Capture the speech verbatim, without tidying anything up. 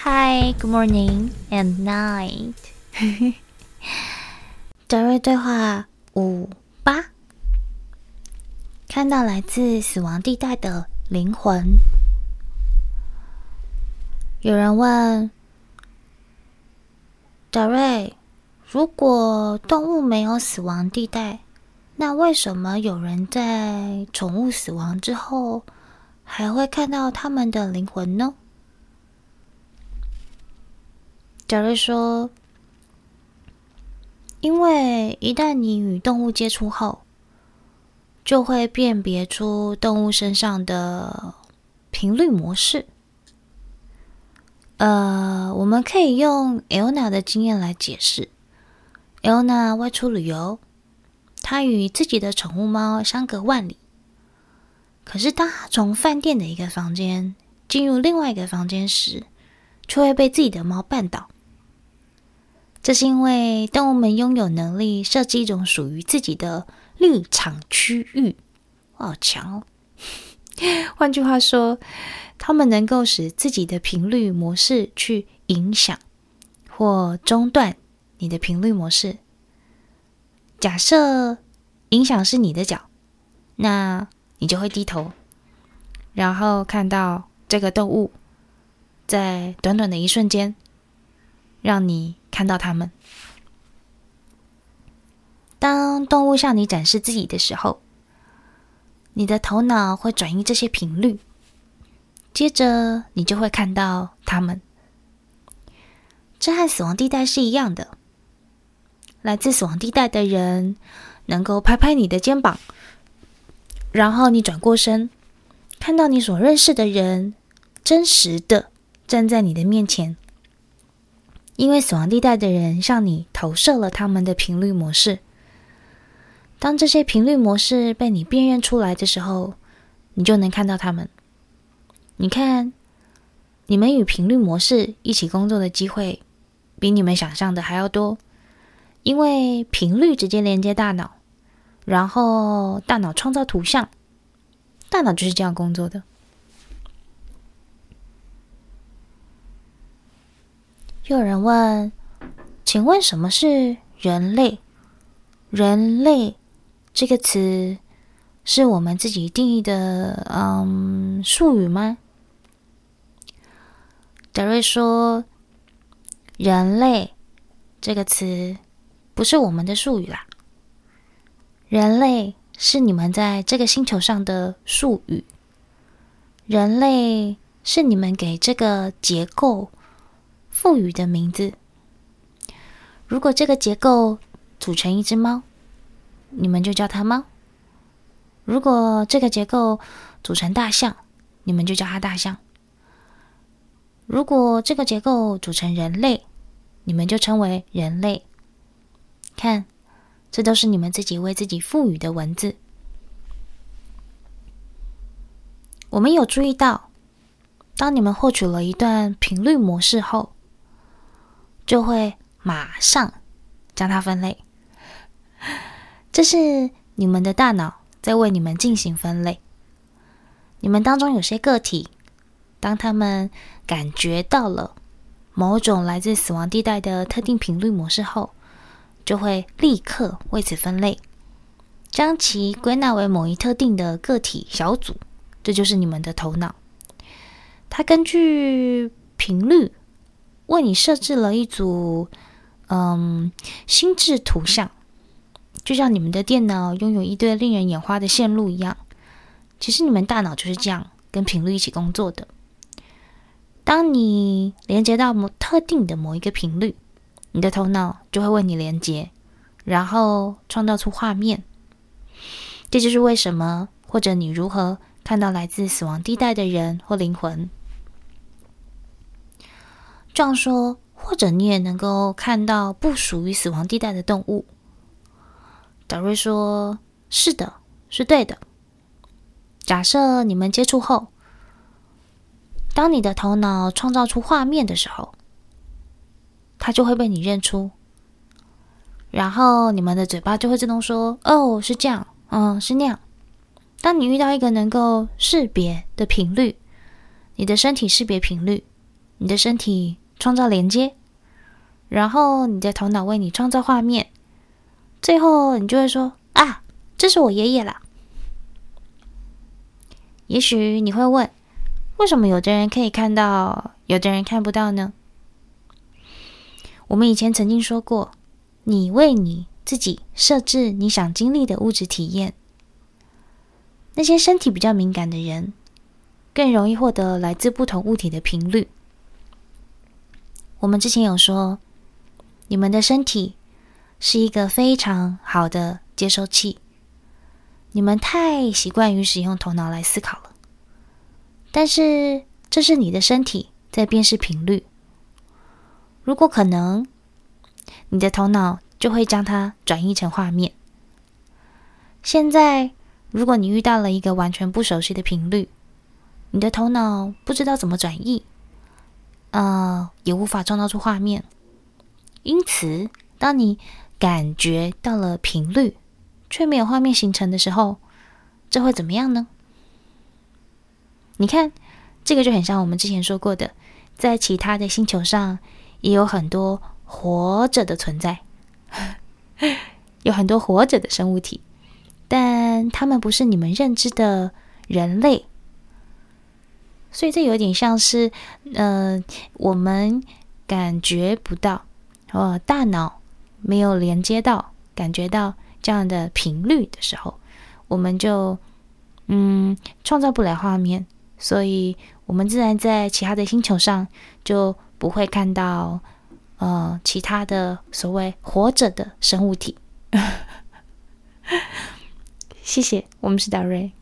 Hi, good morning and night 德瑞对话五八，看到来自死亡地带的灵魂。有人问德瑞，如果动物没有死亡地带，那为什么有人在宠物死亡之后还会看到他们的灵魂呢？德瑞说，因为一旦你与动物接触后，就会辨别出动物身上的频率模式。呃，我们可以用 Elna 的经验来解释。Elna 外出旅游，她与自己的宠物猫相隔万里。可是当她从饭店的一个房间进入另外一个房间时，却会被自己的猫绊倒。这是因为动物们拥有能力设置一种属于自己的立场区域，好强哦！换句话说，它们能够使自己的频率模式去影响或中断你的频率模式。假设影响是你的脚，那你就会低头，然后看到这个动物在短短的一瞬间让你看到它们。当动物向你展示自己的时候，你的头脑会转移这些频率，接着你就会看到它们。这和死亡地带是一样的。来自死亡地带的人能够拍拍你的肩膀，然后你转过身，看到你所认识的人真实的站在你的面前。因为死亡地带的人向你投射了他们的频率模式。当这些频率模式被你辨认出来的时候，你就能看到他们。你看，你们与频率模式一起工作的机会比你们想象的还要多，因为频率直接连接大脑，然后大脑创造图像，大脑就是这样工作的。又有人问，请问什么是人类？人类这个词是我们自己定义的嗯术语吗？德瑞说，人类这个词不是我们的术语啦，人类是你们在这个星球上的术语，人类是你们给这个结构赋予的名字。如果这个结构组成一只猫，你们就叫它猫；如果这个结构组成大象，你们就叫它大象；如果这个结构组成人类，你们就称为人类。看，这都是你们自己为自己赋予的文字。我们有注意到，当你们获取了一段频率模式后，就会马上将它分类。这是你们的大脑在为你们进行分类。你们当中有些个体，当他们感觉到了某种来自死亡地带的特定频率模式后，就会立刻为此分类，将其归纳为某一特定的个体小组。这就是你们的头脑。它根据频率为你设置了一组嗯心智图像，就像你们的电脑拥有一堆令人眼花的线路一样。其实你们大脑就是这样跟频率一起工作的。当你连接到某特定的某一个频率，你的头脑就会为你连接，然后创造出画面。这就是为什么，或者你如何看到来自死亡地带的人或灵魂。这样说，或者你也能够看到不属于死亡地带的动物。德瑞说，是的，是对的。假设你们接触后，当你的头脑创造出画面的时候，它就会被你认出，然后你们的嘴巴就会自动说，哦，是这样，嗯，是那样。当你遇到一个能够识别的频率，你的身体识别频率， 你的身体创造连接，然后你的头脑为你创造画面，最后你就会说啊，这是我爷爷啦。也许你会问，为什么有的人可以看到，有的人看不到呢？我们以前曾经说过，你为你自己设置你想经历的物质体验，那些身体比较敏感的人，更容易获得来自不同物体的频率。我们之前有说，你们的身体是一个非常好的接收器，你们太习惯于使用头脑来思考了，但是这是你的身体在辨识频率。如果可能，你的头脑就会将它转译成画面。现在，如果你遇到了一个完全不熟悉的频率，你的头脑不知道怎么转译，呃，也无法创造出画面。因此，当你感觉到了频率，却没有画面形成的时候，这会怎么样呢？你看，这个就很像我们之前说过的，在其他的星球上也有很多活着的存在，有很多活着的生物体，但他们不是你们认知的人类。所以这有点像是，呃，我们感觉不到，呃，大脑没有连接到、感觉到这样的频率的时候，我们就，嗯，创造不了画面，所以我们自然在其他的星球上就不会看到，呃，其他的所谓活着的生物体。谢谢，我们是达瑞。